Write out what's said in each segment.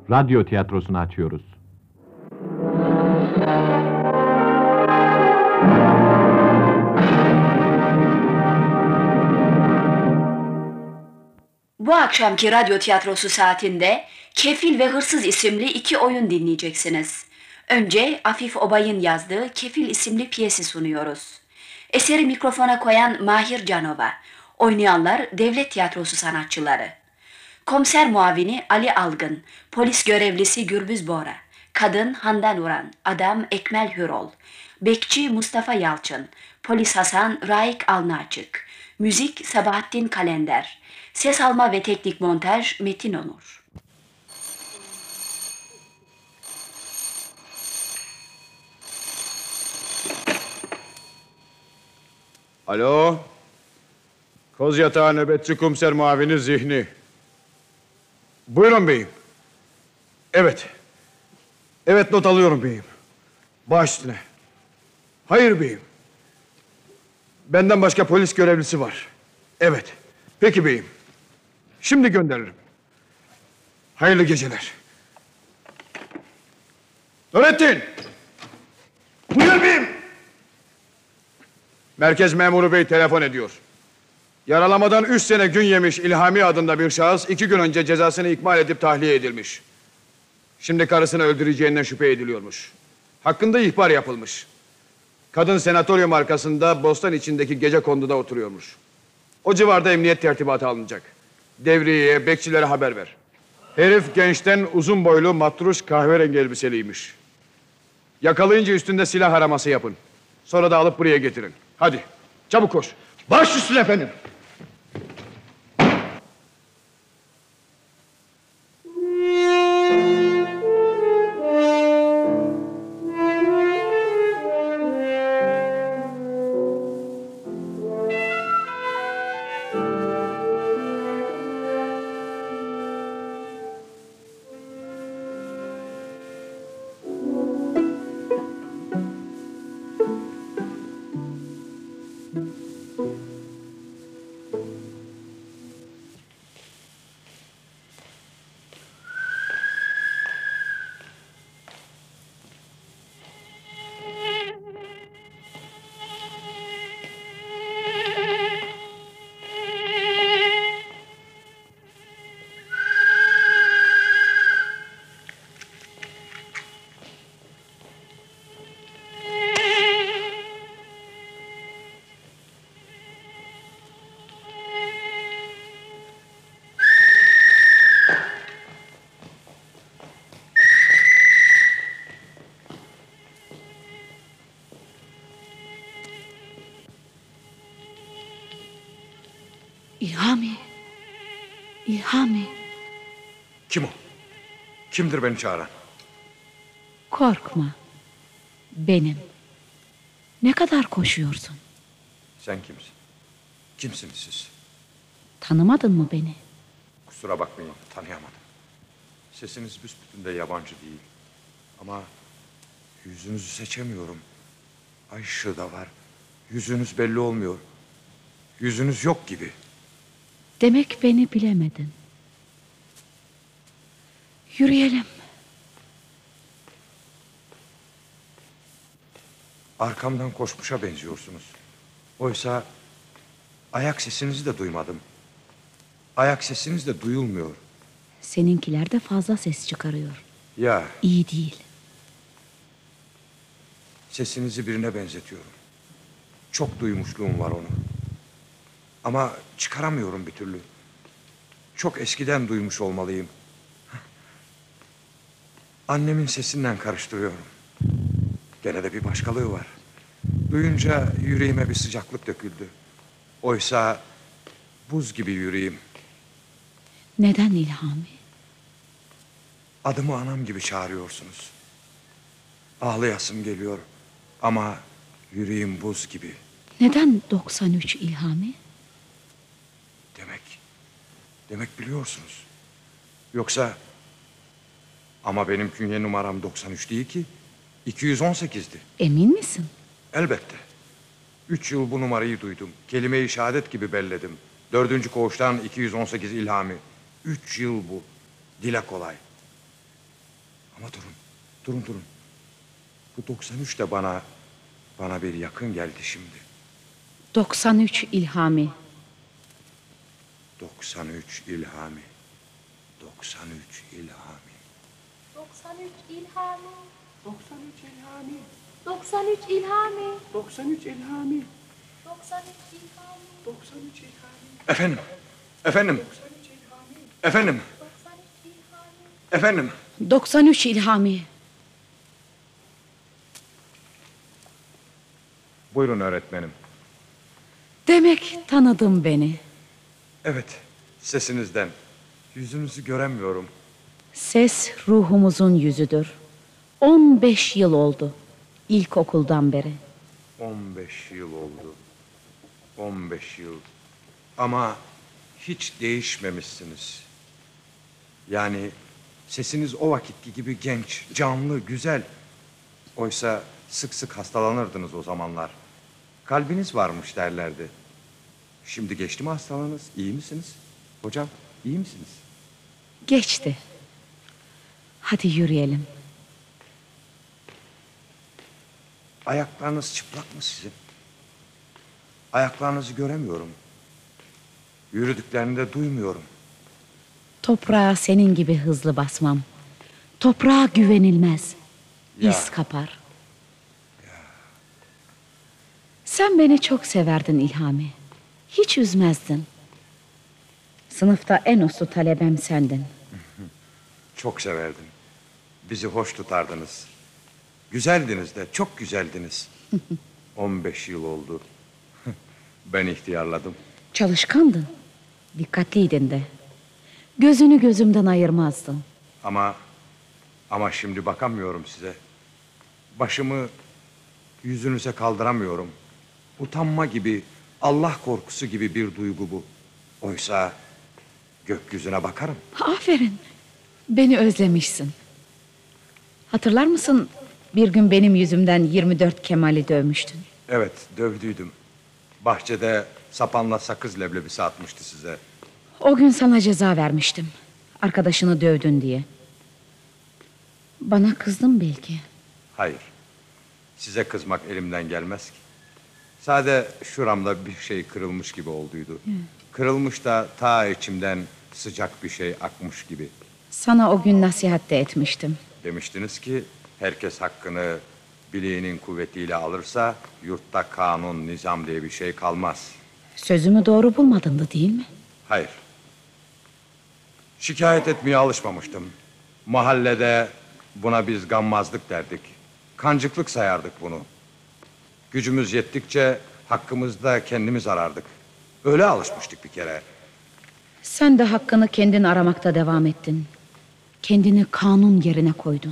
Radyo tiyatrosunu açıyoruz. Bu akşamki radyo tiyatrosu saatinde Kefil ve Hırsız isimli iki oyun dinleyeceksiniz. Önce Afif Obay'ın yazdığı Kefil isimli piyesi sunuyoruz. Eseri mikrofona koyan Mahir Canova. Oynayanlar devlet tiyatrosu sanatçıları. Komiser muavini Ali Algın, polis görevlisi Gürbüz Bora, kadın Handan Uran, adam Ekmel Hürol, bekçi Mustafa Yalçın, polis Hasan Raik Alnaçık, müzik Sabahattin Kalender, ses alma ve teknik montaj Metin Onur. Alo, Kozyatağı nöbetçi komiser muavini Zihni. Buyurun beyim. Evet. Evet, not alıyorum beyim. Baş üstüne. Hayır beyim. Benden başka polis görevlisi var. Evet. Peki beyim. Şimdi gönderirim. Hayırlı geceler. Nurettin! Buyur beyim. Merkez memuru bey telefon ediyor. Yaralamadan 3 sene gün yemiş İlhami adında bir şahıs 2 gün önce cezasını ikmal edip tahliye edilmiş. Şimdi karısını öldüreceğinden şüphe ediliyormuş. Hakkında ihbar yapılmış. Kadın senatoryum arkasında bostan içindeki gecekonduda oturuyormuş. O civarda emniyet tertibatı alınacak. Devriyeye, bekçilere haber ver. Herif gençten uzun boylu, matruş, kahverengi elbiseliymiş. Yakalayınca üstünde silah araması yapın. Sonra da alıp buraya getirin. Hadi, çabuk koş. Baş üstüne efendim. İlhami. İlhami. Kim o? Kimdir beni çağıran? Korkma. Benim. Ne kadar koşuyorsun? Sen kimsin? Kimsiniz siz? Tanımadın mı beni? Kusura bakmayın, tanıyamadım. Sesiniz büsbütün de yabancı değil. Ama yüzünüzü seçemiyorum. Ay ışığı da var. Yüzünüz belli olmuyor. Yüzünüz yok gibi. Demek beni bilemedin. Yürüyelim. Arkamdan koşmuşa benziyorsunuz. Oysa ayak sesinizi de duymadım. Ayak sesiniz de duyulmuyor. Seninkiler de fazla ses çıkarıyor. Ya, İyi değil. sesinizi birine benzetiyorum. Çok duymuşluğum var onu. Ama çıkaramıyorum bir türlü. Çok eskiden duymuş olmalıyım. Annemin sesinden karıştırıyorum. Gene de bir başkalığı var. Duyunca yüreğime bir sıcaklık döküldü. Oysa buz gibi yüreğim. Neden İlhami? Adımı anam gibi çağırıyorsunuz. Ağlayasım geliyor ama yüreğim buz gibi. Neden 93 İlhami? Demek biliyorsunuz. Yoksa... Ama benim künye numaram 93 değil ki. 218'di. Emin misin? Elbette. 3 yıl bu numarayı duydum. Kelime-i şehadet gibi belledim. 4. koğuştan 218 İlhami. 3 yıl bu. Dile kolay. Ama durun. Bu 93 de bana bir yakın geldi şimdi. 93 İlhami. 93 İlhami. 93 İlhami. 93 İlhami. 93 İlhami. 93 İlhami. 93 İlhami. 93 İlhami. 93 İlhami. Efendim. 93 İlhami. Efendim. 93 İlhami. Efendim. 93 İlhami. Buyurun öğretmenim. Demek tanıdın beni. Evet, sesinizden. Yüzünüzü göremiyorum. Ses ruhumuzun yüzüdür. 15 yıl oldu. İlkokuldan beri. 15 yıl oldu. 15 yıl. Ama hiç değişmemişsiniz. Yani sesiniz o vakitki gibi genç, canlı, güzel. Oysa sık sık hastalanırdınız o zamanlar. Kalbiniz varmış derlerdi. Şimdi geçti mi hastalığınız? İyi misiniz? Hocam, iyi misiniz? Geçti. Hadi yürüyelim. Ayaklarınız çıplak mı sizin? Ayaklarınızı göremiyorum. Yürüdüklerini de duymuyorum. Toprağa senin gibi hızlı basmam. Toprağa güvenilmez. Ya. İz kapar. Sen beni çok severdin İlhami. Hiç üzmezdin. Sınıfta en uslu talebem sendin. Çok severdim. Bizi hoş tutardınız. Güzeldiniz de, çok güzeldiniz. 15 yıl oldu. Ben ihtiyarladım. Çalışkandın. Dikkatliydin de. Gözünü gözümden ayırmazdın. Ama şimdi bakamıyorum size. Başımı yüzünüze kaldıramıyorum. Utanma gibi, Allah korkusu gibi bir duygu bu. Oysa gökyüzüne bakarım. Aferin. Beni özlemişsin. Hatırlar mısın? Bir gün benim yüzümden 24 Kemal'i dövmüştün. Evet, dövdüydüm. Bahçede sapanla sakız leblebisi atmıştı size. O gün sana ceza vermiştim. Arkadaşını dövdün diye. Bana kızdın belki. Hayır. Size kızmak elimden gelmez ki. Sade şuramda bir şey kırılmış gibi olduydu. Kırılmış da ta içimden sıcak bir şey akmış gibi. Sana o gün nasihat de etmiştim. Demiştiniz ki herkes hakkını bileğinin kuvvetiyle alırsa yurtta kanun, nizam diye bir şey kalmaz. Sözümü doğru bulmadın da değil mi? Hayır. Şikayet etmeye alışmamıştım. Mahallede buna biz gammazlık derdik. Kancıklık sayardık bunu. Gücümüz yettikçe hakkımızda kendimiz arardık. Öyle alışmıştık bir kere. Sen de hakkını kendin aramakta devam ettin. Kendini kanun yerine koydun.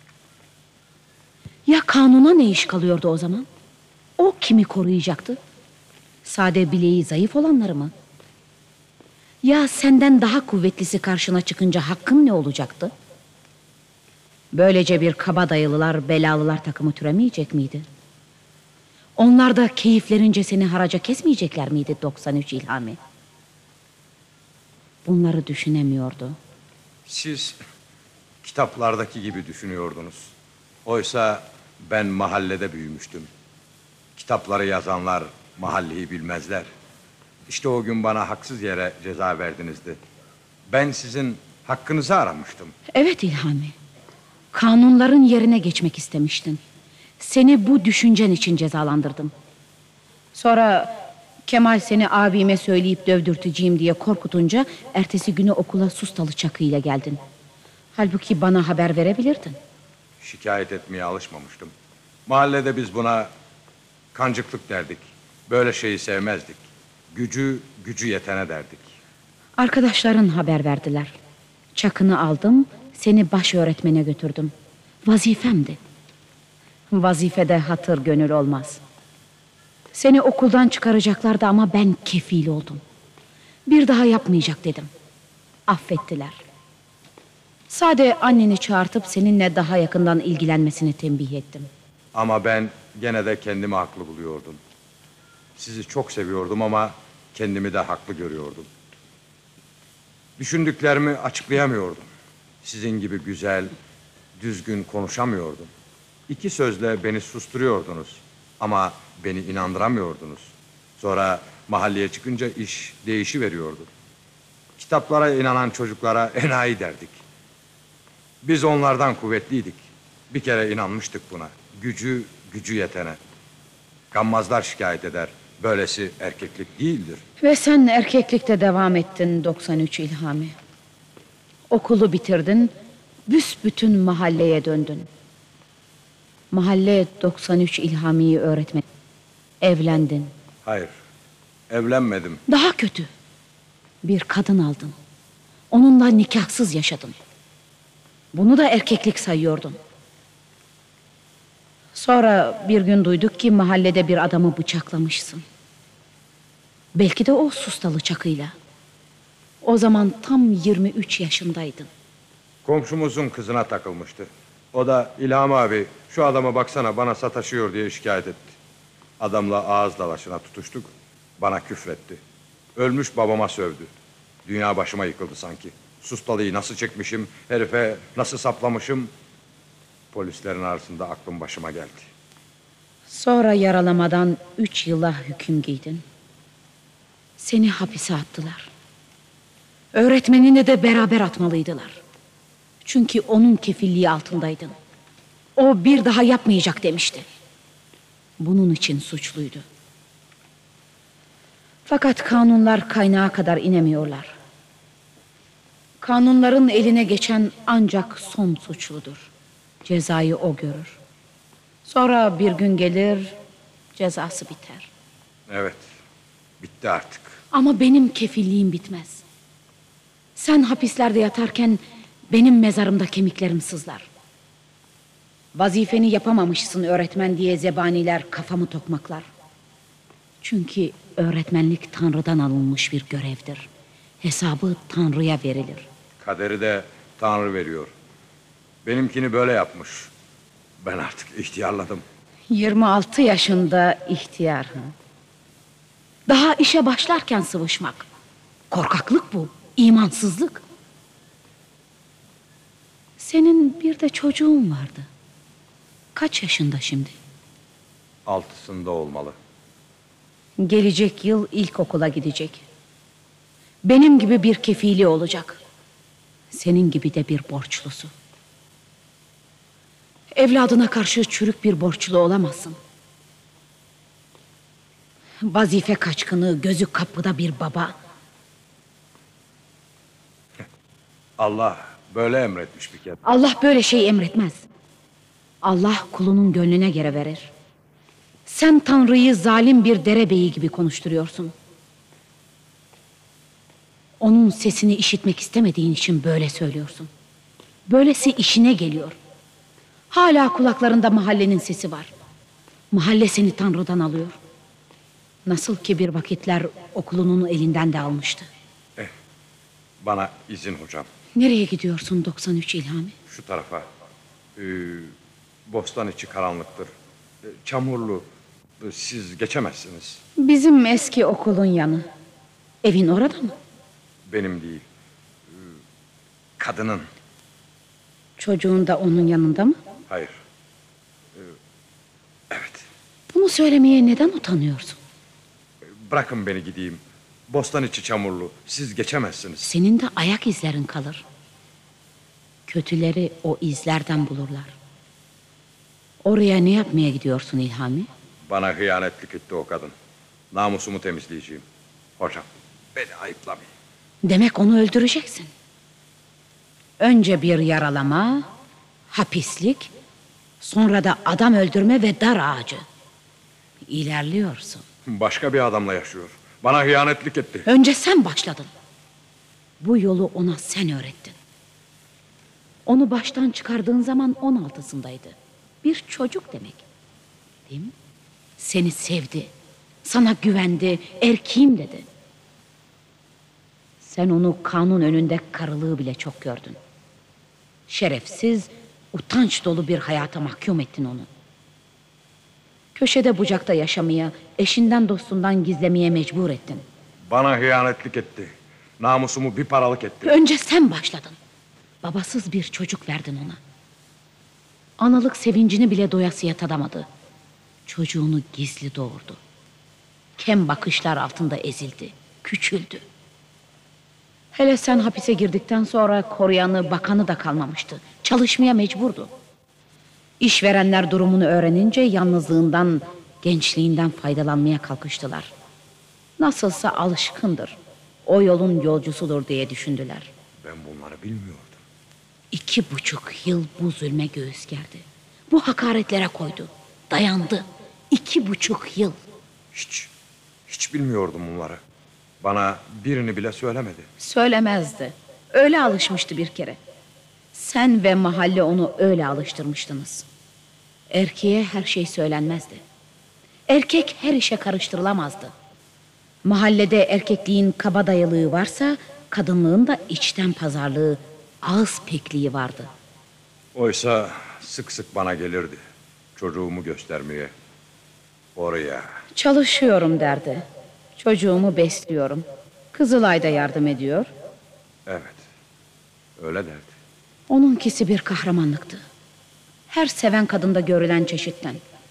Ya kanuna ne iş kalıyordu o zaman? O kimi koruyacaktı? Sade bileği zayıf olanları mı? Ya senden daha kuvvetlisi karşına çıkınca hakkın ne olacaktı? Böylece bir kabadayılılar, belalılar takımı türemeyecek miydi? Onlar da keyiflerince seni haraca kesmeyecekler miydi 93 İlhami? Bunları düşünemiyordu. Siz kitaplardaki gibi düşünüyordunuz. Oysa ben mahallede büyümüştüm. Kitapları yazanlar mahalleyi bilmezler. İşte o gün bana haksız yere ceza verdinizdi. Ben sizin hakkınızı aramıştım. Evet İlhami. Kanunların yerine geçmek istemiştin. Seni bu düşüncen için cezalandırdım. Sonra Kemal seni abime söyleyip dövdürteceğim diye korkutunca ertesi günü okula sustalı çakıyla geldin. Halbuki bana haber verebilirdin. Şikayet etmeye alışmamıştım. Mahallede biz buna kancıklık derdik. Böyle şeyi sevmezdik. Gücü yetene derdik. Arkadaşların haber verdiler. Çakını aldım, seni baş öğretmene götürdüm. Vazifemdi. Vazifede hatır gönül olmaz. Seni okuldan çıkaracaklardı ama ben kefil oldum. Bir daha yapmayacak dedim. Affettiler. Sade anneni çağırtıp seninle daha yakından ilgilenmesini tembih ettim. Ama ben gene de kendimi haklı buluyordum. Sizi çok seviyordum ama kendimi de haklı görüyordum. Düşündüklerimi açıklayamıyordum. Sizin gibi güzel, düzgün konuşamıyordum. 2 sözle beni susturuyordunuz. Ama beni inandıramıyordunuz. Sonra mahalleye çıkınca iş değişiveriyordu. Kitaplara inanan çocuklara enayi derdik. Biz onlardan kuvvetliydik. Bir kere inanmıştık buna. Gücü yetene. Gammazlar şikayet eder. Böylesi erkeklik değildir. Ve sen erkeklikte devam ettin 93 İlhami. Okulu bitirdin, büsbütün mahalleye döndün. Mahalle 93 İlhami'yi öğretmen. Evlendin. Hayır, evlenmedim. Daha kötü. Bir kadın aldın. Onunla nikahsız yaşadın. Bunu da erkeklik sayıyordun. Sonra bir gün duyduk ki mahallede bir adamı bıçaklamışsın. Belki de o sustalı çakıyla. O zaman tam 23 yaşındaydın. Komşumuzun kızına takılmıştı. O da İlham abi şu adama baksana bana sataşıyor diye şikayet etti. Adamla ağız dalaşına tutuştuk. Bana küfretti. Ölmüş babama sövdü. Dünya başıma yıkıldı sanki. Sustalıyı nasıl çekmişim, herife nasıl saplamışım. Polislerin arasında aklım başıma geldi. Sonra yaralamadan 3 yıla hüküm giydin. Seni hapise attılar. Öğretmenini de beraber atmalıydılar. Çünkü onun kefilliği altındaydın. O bir daha yapmayacak demişti. Bunun için suçluydu. Fakat kanunlar kaynağa kadar inemiyorlar. Kanunların eline geçen ancak son suçludur. Cezayı o görür. Sonra bir gün gelir, cezası biter. Evet, bitti artık. Ama benim kefilliğim bitmez. Sen hapislerde yatarken benim mezarımda kemiklerim sızlar. Vazifeni yapamamışsın öğretmen diye zebaniler kafamı tokmaklar. Çünkü öğretmenlik Tanrı'dan alınmış bir görevdir. Hesabı Tanrı'ya verilir. Kaderi de Tanrı veriyor. Benimkini böyle yapmış. Ben artık ihtiyarladım. 26 yaşında ihtiyar. Ha? Daha işe başlarken sıvışmak. Korkaklık bu, imansızlık. Senin bir de çocuğun vardı. Kaç yaşında şimdi? 6'sında olmalı. Gelecek yıl ilkokula gidecek. Benim gibi bir kefili olacak. Senin gibi de bir borçlusu. Evladına karşı çürük bir borçlu olamazsın. Vazife kaçkını, gözü kapıda bir baba. Allah böyle emretmiş bir kere. Allah böyle şey emretmez. Allah kulunun gönlüne göre verir. Sen Tanrı'yı zalim bir derebeyi gibi konuşturuyorsun. Onun sesini işitmek istemediğin için böyle söylüyorsun. Böylesi işine geliyor. Hala kulaklarında mahallenin sesi var. Mahalle seni Tanrı'dan alıyor. Nasıl ki bir vakitler okulunun elinden de almıştı. Bana izin hocam. Nereye gidiyorsun 93 İlhami? Şu tarafa. Bostan içi karanlıktır. Çamurlu. Siz geçemezsiniz. Bizim eski okulun yanı. Evin orada mı? Benim değil. Kadının. Çocuğun da onun yanında mı? Hayır. Evet. Bunu söylemeye neden utanıyorsun? Bırakın beni gideyim. Bostan içi çamurlu. Siz geçemezsiniz. Senin de ayak izlerin kalır. Kötüleri o izlerden bulurlar. Oraya ne yapmaya gidiyorsun İlhami? Bana hıyanetlik etti o kadın. Namusumu temizleyeceğim. Hocam beni ayıplamayın. Demek onu öldüreceksin. Önce bir yaralama, hapislik, sonra da adam öldürme ve dar ağacı. İlerliyorsun. Başka bir adamla yaşıyor. Bana hıyanetlik etti. Önce sen başladın. Bu yolu ona sen öğrettin. Onu baştan çıkardığın zaman 16'sındaydı. Bir çocuk demek. Değil mi? Seni sevdi. Sana güvendi. Erkeğim dedi. Sen onu kanun önünde karılığı bile çok gördün. Şerefsiz, utanç dolu bir hayata mahkum ettin onu. Köşede bucakta yaşamaya, eşinden dostundan gizlemeye mecbur ettin. Bana hıyanetlik etti. Namusumu bir paralık etti. Önce sen başladın. Babasız bir çocuk verdin ona. Analık sevincini bile doyasıya tadamadı. Çocuğunu gizli doğurdu. Kem bakışlar altında ezildi, küçüldü. Hele sen hapise girdikten sonra koruyanı, bakanı da kalmamıştı. Çalışmaya mecburdu. İşverenler durumunu öğrenince yalnızlığından, gençliğinden faydalanmaya kalkıştılar. Nasılsa alışkındır, o yolun yolcusudur diye düşündüler. Ben bunları bilmiyordum. 2,5 yıl bu zulme göğüs gerdi. Bu hakaretlere koydu, dayandı. 2,5 yıl. Hiç bilmiyordum bunları. Bana birini bile söylemedi. Söylemezdi. Öyle alışmıştı bir kere. Sen ve mahalle onu öyle alıştırmıştınız. Erkeğe her şey söylenmezdi. Erkek her işe karıştırılamazdı. Mahallede erkekliğin kabadayılığı varsa, kadınlığın da içten pazarlığı, ağız pekliği vardı. Oysa sık sık bana gelirdi. Çocuğumu göstermeye. Oraya. Çalışıyorum derdi. Çocuğumu besliyorum. Kızılay'da yardım ediyor. Evet. Öyle derdi. Onunkisi bir kahramanlıktı. Her seven kadında görülen çeşitten.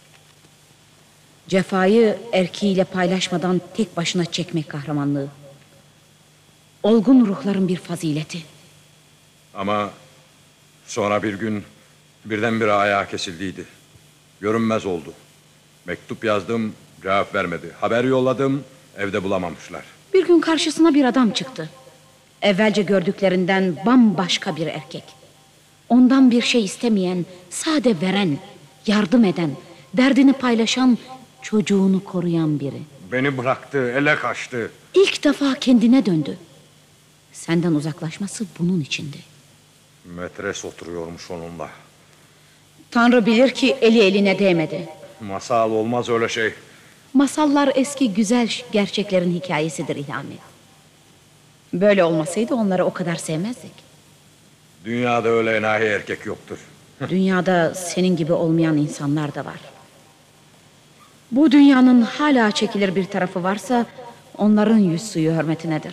Cefayı erkeğiyle paylaşmadan tek başına çekmek kahramanlığı. Olgun ruhların bir fazileti. Ama sonra bir gün birdenbire ayağı kesildiydi. Görünmez oldu. Mektup yazdım, cevap vermedi. Haber yolladım, evde bulamamışlar. Bir gün karşısına bir adam çıktı. Evvelce gördüklerinden bambaşka bir erkek. Ondan bir şey istemeyen, sade veren, yardım eden, derdini paylaşan, çocuğunu koruyan biri. Beni bıraktı, ele kaçtı. İlk defa kendine döndü. Senden uzaklaşması bunun içindi. Metres oturuyormuş onunla. Tanrı bilir ki eli eline değmedi. Masal olmaz öyle şey. Masallar eski güzel gerçeklerin hikayesidir İlhami. Böyle olmasaydı onları o kadar sevmezdik. Dünyada öyle enayi erkek yoktur. Dünyada senin gibi olmayan insanlar da var. Bu dünyanın hala çekilir bir tarafı varsa onların yüz suyu hürmetinedir.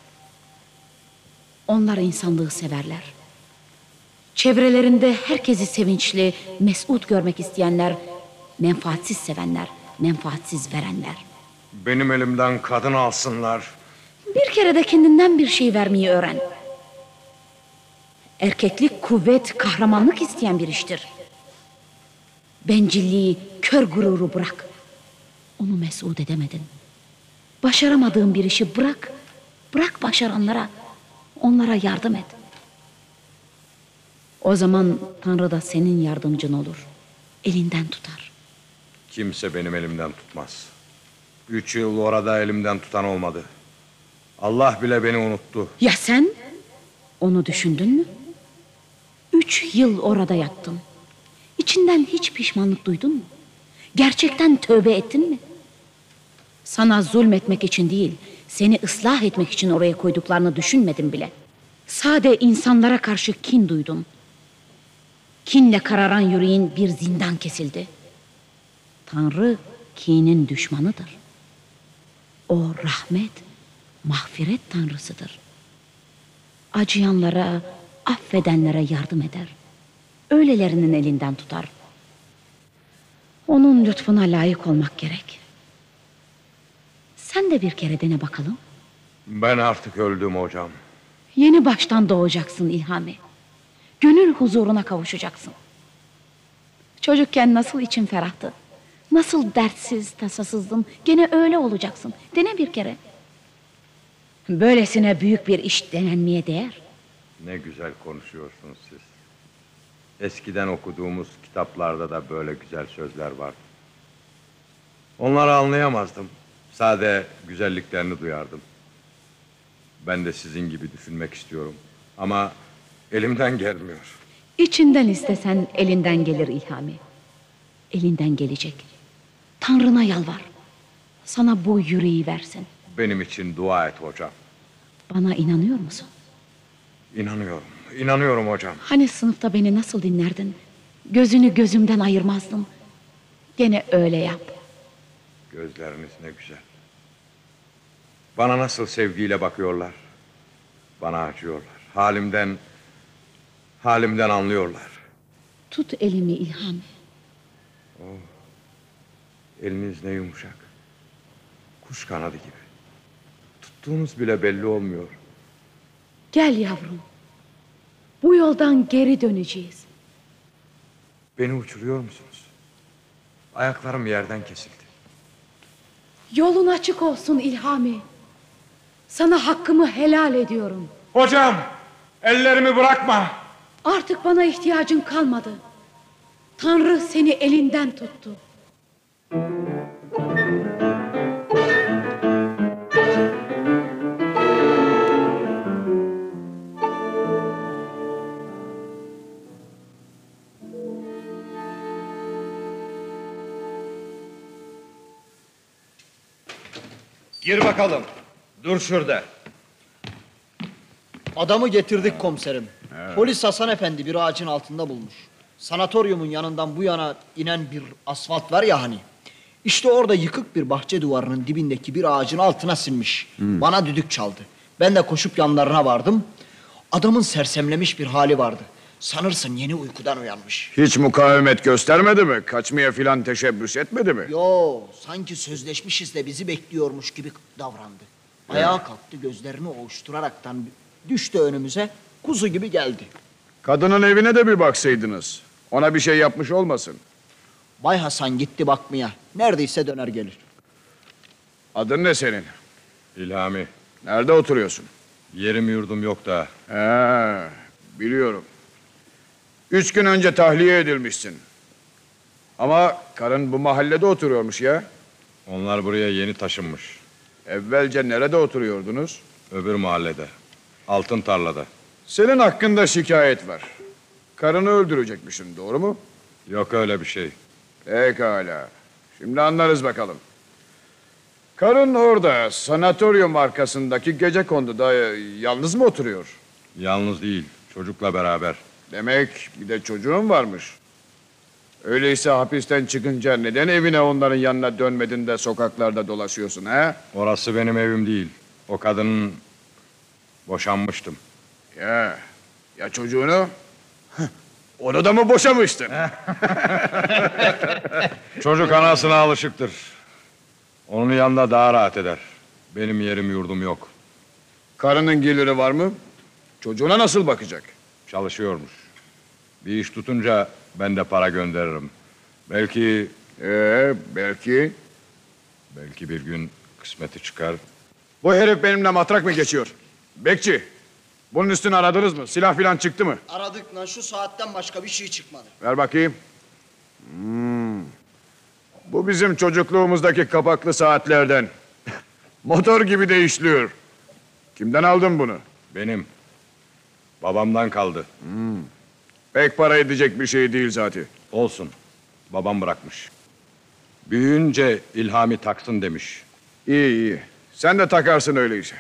Onlar insanlığı severler. Çevrelerinde herkesi sevinçli, mesut görmek isteyenler, menfaatsiz sevenler, menfaatsiz verenler. Benim elimden kadın alsınlar. Bir kere de kendinden bir şey vermeyi öğren. Erkeklik, kuvvet, kahramanlık isteyen bir iştir. Bencilliği, kör gururu bırak. Onu mesut edemedin. Başaramadığın bir işi bırak. Bırak başaranlara. Onlara yardım et. O zaman Tanrı da senin yardımcın olur. Elinden tutar. Kimse benim elimden tutmaz. 3 yıl orada elimden tutan olmadı. Allah bile beni unuttu. Ya sen? Onu düşündün mü? 3 yıl orada yattın. İçinden hiç pişmanlık duydun mu? Gerçekten tövbe ettin mi? Sana zulmetmek için değil, seni ıslah etmek için oraya koyduklarını düşünmedin bile. Sade insanlara karşı kin duydun. Kinle kararan yüreğin bir zindan kesildi. Tanrı kinin düşmanıdır. O rahmet, mağfiret tanrısıdır. Acıyanlara, affedenlere yardım eder. Öylelerinin elinden tutar. Onun lütfuna layık olmak gerek. Sen de bir kere dene bakalım. Ben artık öldüm hocam. Yeni baştan doğacaksın İlhami. Gönül huzuruna kavuşacaksın. Çocukken nasıl için ferahtı. Nasıl dertsiz, tasasızdın. Gene öyle olacaksın. Dene bir kere. Böylesine büyük bir iş denenmeye değer. Ne güzel konuşuyorsunuz siz. Eskiden okuduğumuz kitaplarda da böyle güzel sözler vardı. Onları anlayamazdım. Sade güzelliklerini duyardım. Ben de sizin gibi düşünmek istiyorum. Ama elimden gelmiyor. İçinden istesen elinden gelir İlhami. Elinden gelecek. Tanrına yalvar. Sana bu yüreği versin. Benim için dua et hocam. Bana inanıyor musun? İnanıyorum. İnanıyorum hocam. Hani sınıfta beni nasıl dinlerdin? Gözünü gözümden ayırmazdın. Gene öyle yap. Gözleriniz ne güzel. Bana nasıl sevgiyle bakıyorlar. Bana acıyorlar. Halimden anlıyorlar. Tut elimi İlhami. Eliniz ne yumuşak. Kuş kanadı gibi. Tuttuğunuz bile belli olmuyor. Gel yavrum. Bu yoldan geri döneceğiz. Beni uçuruyor musunuz? Ayaklarım yerden kesildi. Yolun açık olsun İlhami. Sana hakkımı helal ediyorum. Hocam, ellerimi bırakma. Artık bana ihtiyacın kalmadı. Tanrı seni elinden tuttu. Gir bakalım. Dur şurada. Adamı getirdik komiserim. Polis Hasan Efendi bir ağacın altında bulmuş. Sanatoryumun yanından bu yana inen bir asfalt var ya hani. İşte orada yıkık bir bahçe duvarının dibindeki bir ağacın altına sinmiş. Bana düdük çaldı. Ben de koşup yanlarına vardım. Adamın sersemlemiş bir hali vardı. Sanırsın yeni uykudan uyanmış. Hiç mukavemet göstermedi mi? Kaçmaya filan teşebbüs etmedi mi? Yo, sanki sözleşmişiz de bizi bekliyormuş gibi davrandı. Ayağa kalktı, gözlerini ovuşturaraktan düştü önümüze, kuzu gibi geldi. Kadının evine de bir baksaydınız. Ona bir şey yapmış olmasın. Bay Hasan gitti bakmaya. Neredeyse döner gelir. Adın ne senin? İlhami, Nerede oturuyorsun? yerim yurdum yok da. He, biliyorum. 3 gün önce tahliye edilmişsin. Ama karın bu mahallede oturuyormuş ya. Onlar buraya yeni taşınmış. Evvelce nerede oturuyordunuz? Öbür mahallede. Altın tarlada. Senin hakkında şikayet var. Karını öldürecekmişsin, doğru mu? Yok öyle bir şey. Pekala. Şimdi anlarız bakalım. Karın orada, sanatoryum arkasındaki gecekonduda yalnız mı oturuyor? Yalnız değil, çocukla beraber. Demek bir de çocuğun varmış. Öyleyse hapisten çıkınca neden evine onların yanına dönmedin de sokaklarda dolaşıyorsun ha? Orası benim evim değil. O kadının... Boşanmıştım. Ya çocuğunu? Onu da mı boşamıştın? Çocuk anasına alışıktır. Onun yanında daha rahat eder. Benim yerim yurdum yok. Karının geliri var mı? Çocuğuna nasıl bakacak? Çalışıyormuş. Bir iş tutunca ben de para gönderirim. Belki Belki. bir gün kısmeti çıkar. Bu herif benimle matrak mı geçiyor? Bekçi, bunun üstünü aradınız mı? Silah filan çıktı mı? Aradık lan, şu saatten başka bir şey çıkmadı. Ver bakayım. Bu bizim çocukluğumuzdaki kapaklı saatlerden. Motor gibi de işliyor. Kimden aldın bunu? Benim. Babamdan kaldı. Pek para edecek bir şey değil zaten. Olsun. Babam bırakmış. Büyüyünce İlhami taksın demiş. İyi. Sen de takarsın öyleyse.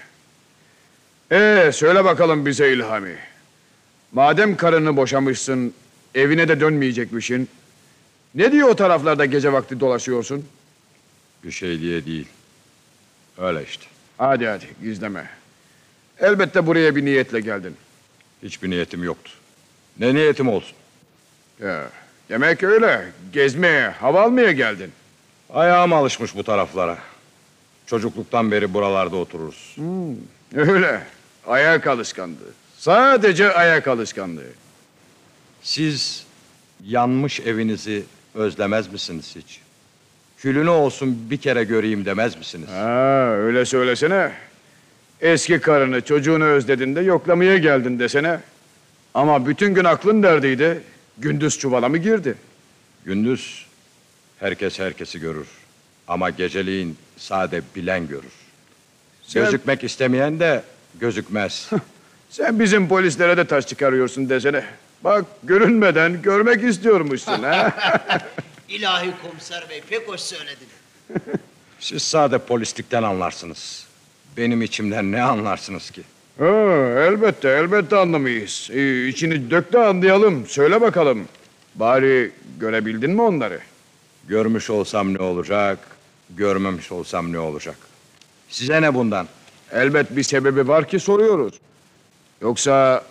Söyle bakalım bize İlhami. Madem karını boşamışsın, evine de dönmeyecekmişsin. Ne diye o taraflarda gece vakti dolaşıyorsun? Bir şey diye değil. Öyle işte. Hadi gizleme. Elbette buraya bir niyetle geldin. Hiçbir niyetim yoktu. Ne niyetim olsun? Demek öyle. Gezmeye, hava almaya geldin. Ayağım alışmış bu taraflara. Çocukluktan beri buralarda otururuz. Öyle. Ayak alışkanlığı. Sadece ayak alışkanlığı. Siz yanmış evinizi özlemez misiniz hiç? Külünü olsun bir kere göreyim demez misiniz? Öyle söylesene. Eski karını, çocuğunu özledin de yoklamaya geldin desene. Ama bütün gün aklın neredeydi? Gündüz çuvala mı girdi? Gündüz herkes herkesi görür. Ama geceliğin sade bilen görür. Gözükmek istemeyen de gözükmez. Sen bizim polislere de taş çıkarıyorsun desene. Bak görünmeden görmek istiyormuşsun ha. İlahi komiser bey, pek hoş söyledin. Siz sade polislikten anlarsınız. Benim içimden ne anlarsınız ki? Elbette anlamayız. İçini dök de anlayalım. Söyle bakalım. Bari görebildin mi onları? Görmüş olsam ne olacak, görmemiş olsam ne olacak? Size ne bundan? Elbet bir sebebi var ki soruyoruz. Yoksa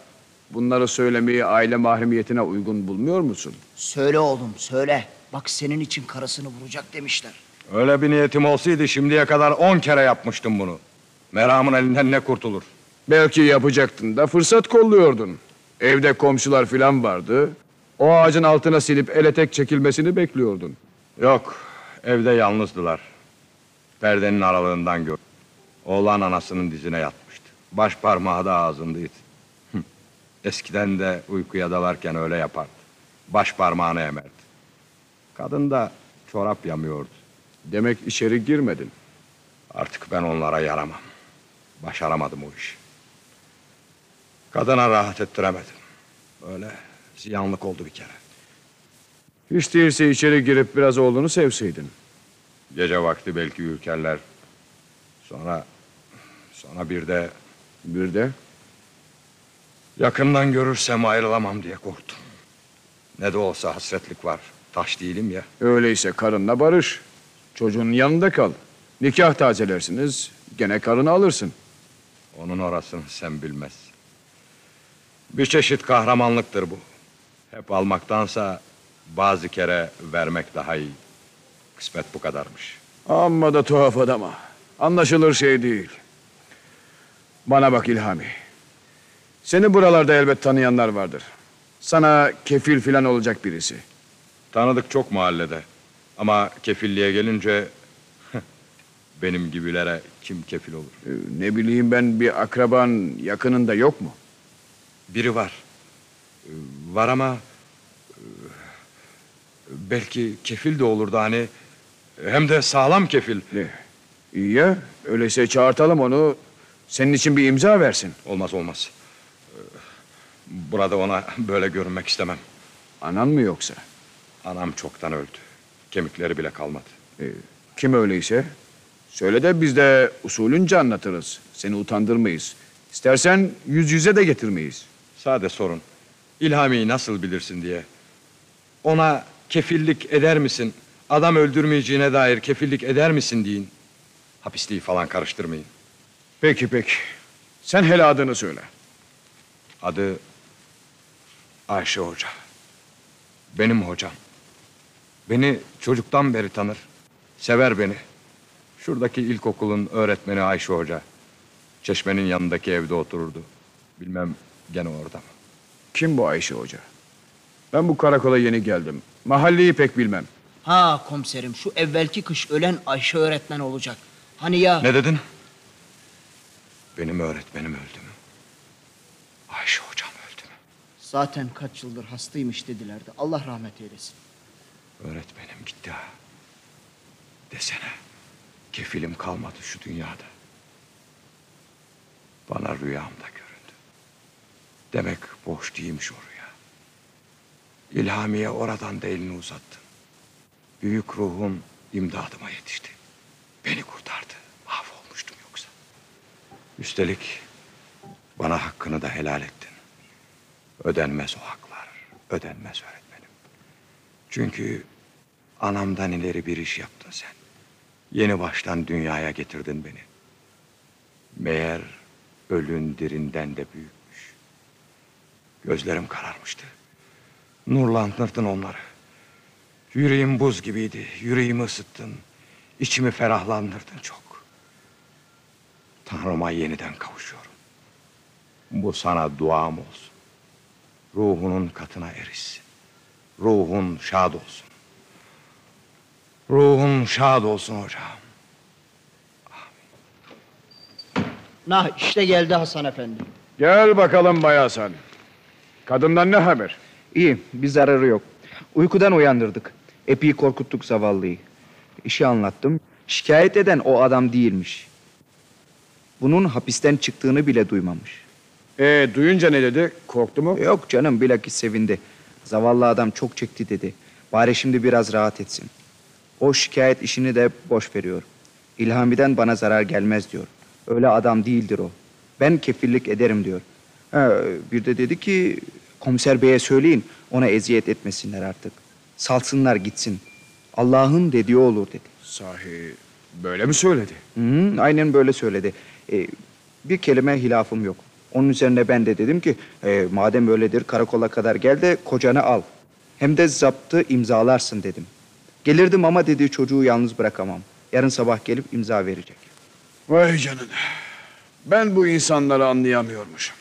bunları söylemeyi aile mahremiyetine uygun bulmuyor musun? Söyle oğlum söyle. Bak senin için karısını vuracak demişler. Öyle bir niyetim olsaydı şimdiye kadar 10 kere yapmıştım bunu. Meramın elinden ne kurtulur? Belki yapacaktın da fırsat kolluyordun. Evde komşular filan vardı. O ağacın altına silip ele tek çekilmesini bekliyordun. Yok, evde yalnızdılar. Perdenin aralığından gördüm. Oğlan anasının dizine yatmıştı. Baş parmağı da ağzındaydı. Eskiden de uykuya dalarken öyle yapardı. Baş parmağını emerdi. Kadın da çorap yamıyordu. Demek içeri girmedin. Artık ben onlara yaramam. Başaramadım o işi. Kadına rahat ettiremedim. Böyle ziyanlık oldu bir kere. Hiç değilse içeri girip biraz oğlunu sevseydin. Gece vakti belki ürkerler. Sonra Bir de yakından görürsem ayrılamam diye korktum. Ne de olsa hasretlik var. Taş değilim ya. öyleyse karınla barış. Çocuğun yanında kal. Nikah tazelersiniz, gene karını alırsın. Onun orasını sen bilmezsin. Bir çeşit kahramanlıktır bu. Hep almaktansa bazı kere vermek daha iyi. Kısmet bu kadarmış. Amma da tuhaf adama. Anlaşılır şey değil. Bana bak İlhami. Seni buralarda elbet tanıyanlar vardır. Sana kefil filan olacak birisi. Tanıdık çok mahallede. Ama kefilliğe gelince benim gibilere kim kefil olur? Ne bileyim ben, bir akraban yakınında yok mu? Biri var. Var ama belki kefil de olurdu hani. Hem de sağlam kefil. Ne? İyi ya, öyleyse çağırtalım onu. Senin için bir imza versin. Olmaz. Burada ona böyle görünmek istemem. Anan mı yoksa? Anam çoktan öldü. Kemikleri bile kalmadı. Kim öyleyse? Söyle de biz de usulünce anlatırız. Seni utandırmayız. İstersen yüz yüze de getirmeyiz. Sade sorun. İlhami'yi nasıl bilirsin diye. Ona kefillik eder misin? Adam öldürmeyeceğine dair kefillik eder misin deyin. Hapisliği falan karıştırmayın. Peki. Sen hele adını söyle. Adı Ayşe Hoca. Benim hocam. Beni çocuktan beri tanır. Sever beni. Şuradaki ilkokulun öğretmeni Ayşe Hoca. Çeşmenin yanındaki evde otururdu. Bilmem gene orada mı? Kim bu Ayşe Hoca? Ben bu karakola yeni geldim. Mahalleyi pek bilmem. Ha komiserim şu evvelki kış ölen Ayşe öğretmen olacak. Hani ya... Ne dedin? Benim öğretmenim öldü mü? Ayşe hocam öldü mü? Zaten kaç yıldır hastaymış dedilerdi. Allah rahmet eylesin. Öğretmenim gitti ha. Desene. Kefilim kalmadı şu dünyada. Bana rüyamda göründü. Demek boş değilmiş o rüya. İlhamiye oradan da elini uzattı. Büyük ruhun imdadıma yetişti. Beni kurtardı. Mahvolmuştum yoksa. Üstelik bana hakkını da helal ettin. Ödenmez o haklar. Ödenmez öğretmenim. Çünkü anamdan ileri bir iş yaptın sen. Yeni baştan dünyaya getirdin beni. Meğer ölün dirinden de büyükmüş. Gözlerim kararmıştı. Nurlandırdın onları. Yüreğim buz gibiydi. Yüreğimi ısıttın. İçimi ferahlandırdın çok. Tanrıma yeniden kavuşuyorum. Bu sana duam olsun. Ruhunun katına erişsin. Ruhun şad olsun. Ruhun şad olsun hocam. Nah işte geldi Hasan Efendi. Gel bakalım Bay Hasan. Kadından ne haber? İyi, bir zararı yok. Uykudan uyandırdık. Epey korkuttuk zavallıyı. İşi anlattım. Şikayet eden o adam değilmiş. Bunun hapisten çıktığını bile duymamış. Duyunca ne dedi? Korktu mu? Yok canım, bilakis sevindi. Zavallı adam çok çekti dedi. Bari şimdi biraz rahat etsin. O şikayet işini de boş veriyor. İlhami'den bana zarar gelmez diyor. Öyle adam değildir o. Ben kefillik ederim diyor. Bir de dedi ki komiser beye söyleyin ona eziyet etmesinler artık. Salsınlar gitsin. Allah'ın dediği olur dedi. Sahi böyle mi söyledi? Aynen böyle söyledi. Bir kelime hilafım yok. Onun üzerine ben de dedim ki madem öyledir karakola kadar gel de kocanı al. Hem de zaptı imzalarsın dedim. Gelirdim ama dedi çocuğu yalnız bırakamam. Yarın sabah gelip imza verecek. Vay canına. Ben bu insanları anlayamıyormuşum.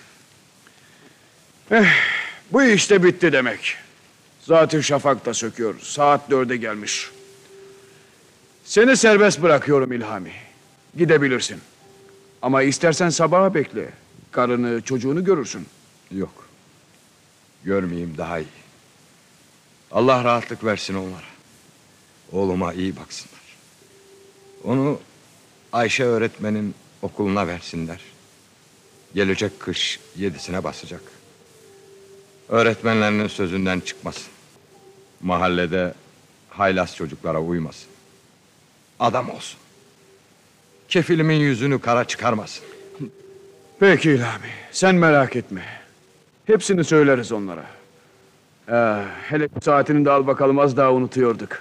Bu işte bitti demek. Zaten şafak da söküyor. Saat 4'e gelmiş. Seni serbest bırakıyorum İlhami. Gidebilirsin. Ama istersen sabaha bekle. Karını, çocuğunu görürsün. Yok. Görmeyeyim daha iyi. Allah rahatlık versin onlara. Oğluma iyi baksınlar. Onu Ayşe öğretmenin okuluna versinler. Gelecek kış 7'sine basacak. Öğretmenlerinin sözünden çıkmasın. Mahallede haylaz çocuklara uymasın. Adam olsun. Kefilimin yüzünü kara çıkarmasın. Peki İlhami, sen merak etme. Hepsini söyleriz onlara. Hele saatini de al bakalım, az daha unutuyorduk.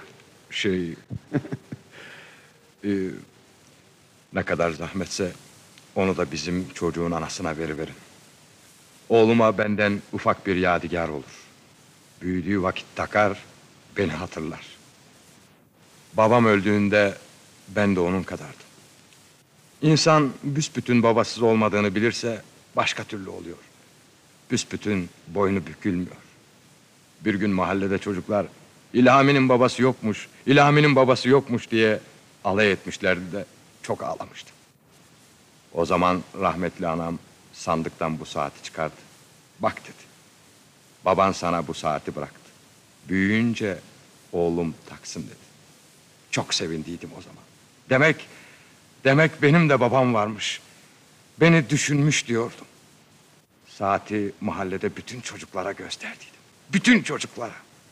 Ne kadar zahmetse onu da bizim çocuğun anasına veriverin. Oğluma benden ufak bir yadigar olur. Büyüdüğü vakit takar, beni hatırlar. Babam öldüğünde ben de onun kadardım. İnsan büsbütün babasız olmadığını bilirse başka türlü oluyor. Büsbütün boynu bükülmüyor. Bir gün mahallede çocuklar İlhami'nin babası yokmuş, İlhami'nin babası yokmuş diye alay etmişlerdi de çok ağlamıştım. O zaman rahmetli anam sandıktan bu saati çıkardı. Bak dedi, baban sana bu saati bıraktı. Büyüyünce oğlum taksın dedi. Çok sevindiydim o zaman. Demek benim de babam varmış. Beni düşünmüş diyordum. Saati mahallede bütün çocuklara gösterdiydim. Bütün çocuklara.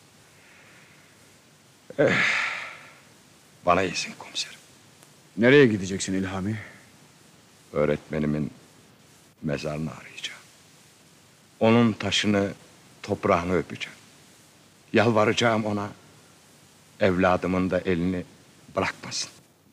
Bana iyisin komiserim. Nereye gideceksin İlhami? Öğretmenimin mezarını arayacağım. Onun taşını, toprağını öpeceğim. Yalvaracağım ona, evladımın da elini bırakmasın.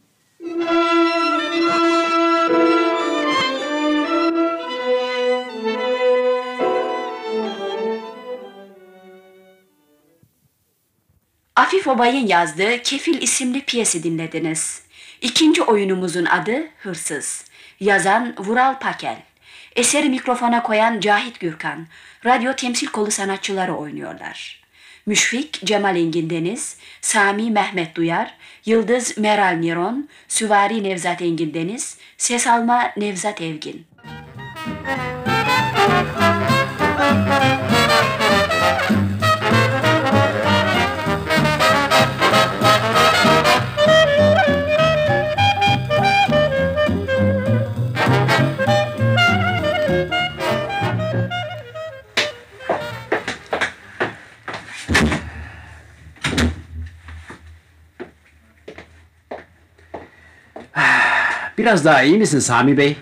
Afif Obay'ın yazdığı Kefil isimli piyesi dinlediniz. İkinci oyunumuzun adı Hırsız. Yazan Vural Pakel. Eseri mikrofona koyan Cahit Gürkan. Radyo temsil kolu sanatçıları oynuyorlar. Müşfik Cemal Engin Deniz, Sami Mehmet Duyar, Yıldız Meral Niron, Süvari Nevzat Engin Deniz, ses alma Nevzat Evgin. Biraz daha iyi misin Sami Bey?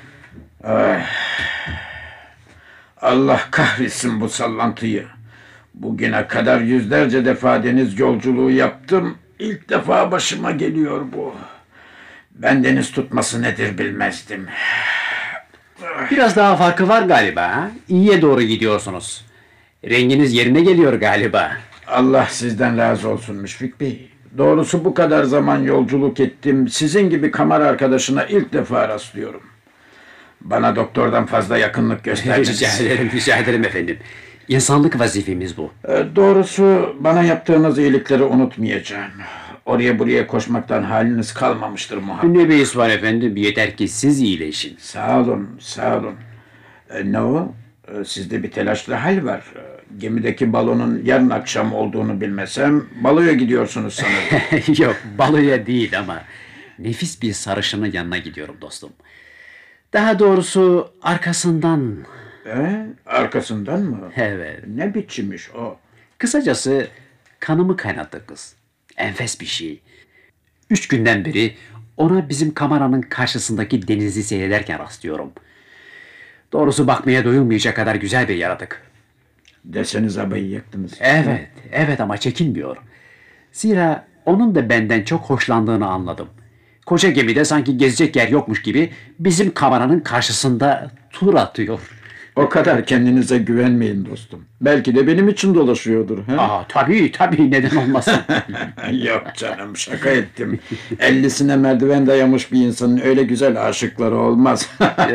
Allah kahretsin bu sallantıyı. Bugüne kadar yüzlerce defa deniz yolculuğu yaptım. İlk defa başıma geliyor bu. Ben deniz tutması nedir bilmezdim. Biraz daha farkı var galiba. Ha? İyiye doğru gidiyorsunuz. Renginiz yerine geliyor galiba. Allah sizden razı olsun Müşfik Bey. Doğrusu bu kadar zaman yolculuk ettim. Sizin gibi kamera arkadaşına ilk defa rastlıyorum. Bana doktordan fazla yakınlık gösterdiniz. Rica ederim efendim. İnsanlık vazifemiz bu. Doğrusu bana yaptığınız iyilikleri unutmayacağım. Oraya buraya koşmaktan haliniz kalmamıştır muhakkak. Ne beis var efendim, yeter ki siz iyileşin. Sağ olun, sağ olun. Ne o? Sizde bir telaşlı hal var. Gemideki balonun yarın akşam olduğunu bilmesem baloya gidiyorsunuz sanırım. Yok, baloya değil ama nefis bir sarışının yanına gidiyorum dostum. Daha doğrusu arkasından. Arkasından mı? Evet. Ne biçim iş o? Kısacası kanımı kaynattı kız. Enfes bir şey. 3 günden beri ona bizim kameranın karşısındaki denizi seyrederken rastlıyorum. Doğrusu bakmaya doyulmayacak kadar güzel bir yaratık. Deseniz abayı yaktınız. Evet ama çekinmiyor. Zira onun da benden çok hoşlandığını anladım. Koca gemide sanki gezecek yer yokmuş gibi bizim kameranın karşısında tur atıyor. O kadar kendinize güvenmeyin dostum. Belki de benim için dolaşıyordur. Ha? Aa, tabii neden olmasın. Yok canım, şaka ettim. 50'sine merdiven dayamış bir insanın öyle güzel aşıkları olmaz.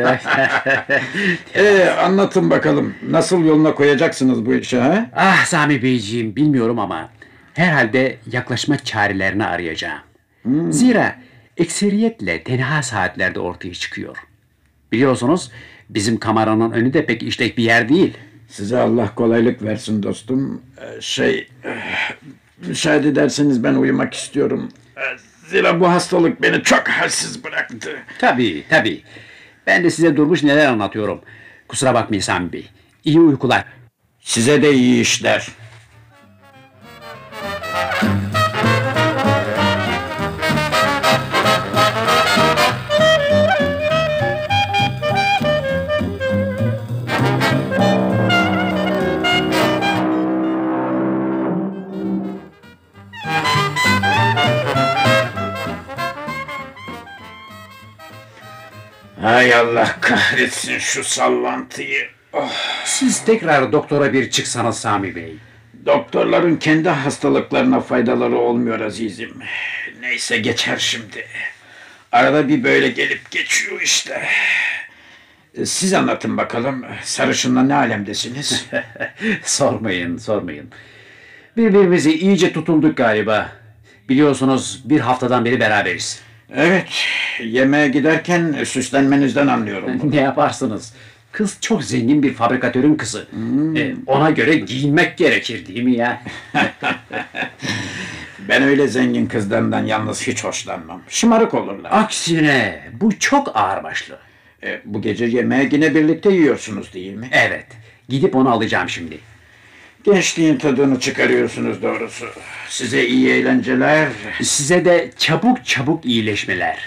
Anlatın bakalım. Nasıl yoluna koyacaksınız bu işi ha? Ah Sami Beyciğim, bilmiyorum ama herhalde yaklaşma çarelerini arayacağım. Zira ekseriyetle tenha saatlerde ortaya çıkıyor. Biliyorsunuz bizim kameranın önü de pek işlek bir yer değil. Size Allah kolaylık versin dostum. Müsaade ederseniz ben uyumak istiyorum. Zira bu hastalık beni çok halsiz bıraktı. Tabii. Ben de size durmuş neler anlatıyorum. Kusura bakmayın Sami Bey. İyi uykular. Size de iyi işler. Hay Allah kahretsin şu sallantıyı. Siz tekrar doktora bir çıksanız Sami Bey. Doktorların kendi hastalıklarına faydaları olmuyor azizim. Neyse, geçer şimdi. Arada bir böyle gelip geçiyor işte. Siz anlatın bakalım, sarışınla ne alemdesiniz? Sormayın. Birbirimize iyice tutulduk galiba. Biliyorsunuz bir haftadan beri beraberiz. Evet, yemeğe giderken süslenmenizden anlıyorum. Ne yaparsınız? Kız çok zengin bir fabrikatörün kızı. Ona göre giyinmek gerekir değil mi ya? Ben öyle zengin kızlarından yalnız hiç hoşlanmam. Şımarık olurlar. Aksine bu çok ağırbaşlı. Bu gece yemeği yine birlikte yiyorsunuz değil mi? Evet, gidip onu alacağım şimdi. Gençliğin tadını çıkarıyorsunuz doğrusu. Size iyi eğlenceler. Size de çabuk iyileşmeler.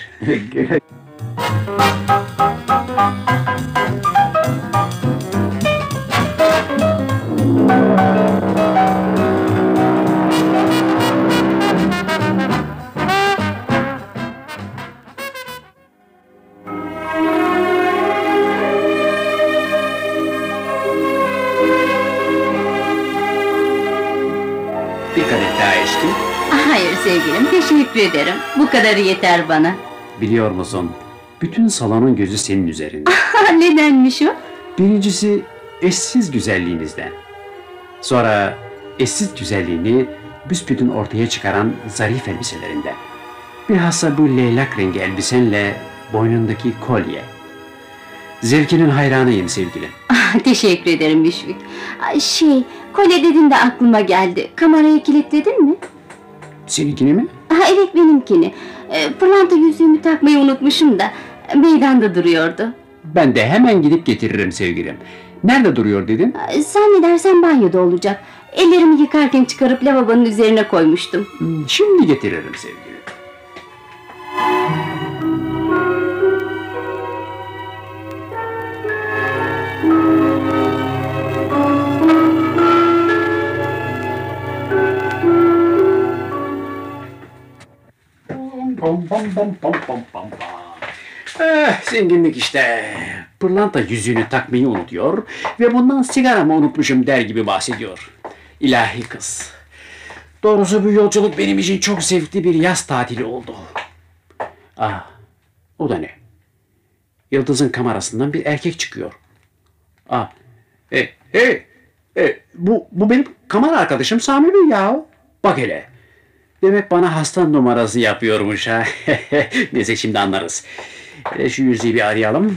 Bir kadeh daha içtim. Hayır sevgilim, teşekkür ederim. Bu kadarı yeter bana. Biliyor musun? Bütün salonun gözü senin üzerinde. Nedenmiş o? Birincisi eşsiz güzelliğinizden. Sonra eşsiz güzelliğini büsbütün ortaya çıkaran zarif elbiselerinden. Bilhassa bu leylak rengi elbisenle boynundaki kolye. Zevkinin hayranıyım sevgilim. Teşekkür ederim Müşfik. Kolye dedin de aklıma geldi. Kamerayı kilitledin mi? Seninkini mi? Evet, benimkini. Pırlanta yüzüğümü takmayı unutmuşum da meydanda duruyordu. Ben de hemen gidip getiririm sevgilim. Nerede duruyor dedin? Zannedersem banyoda olacak. Ellerimi yıkarken çıkarıp lavabonun üzerine koymuştum. Şimdi getiririm sevgilim. Zenginlik işte. Pırlanta yüzüğünü takmayı unutuyor ve bundan sigaramı unutmuşum der gibi bahsediyor. İlahi kız. Doğrusu bu yolculuk benim için çok zevkli bir yaz tatili oldu. O da ne? Yıldız'ın kamerasından bir erkek çıkıyor. Bu benim kamera arkadaşım Sami Bey ya. Bak hele. Demek bana hasta numarası yapıyormuş ha. Neyse, şimdi anlarız. Şu yüzüğü bir arayalım.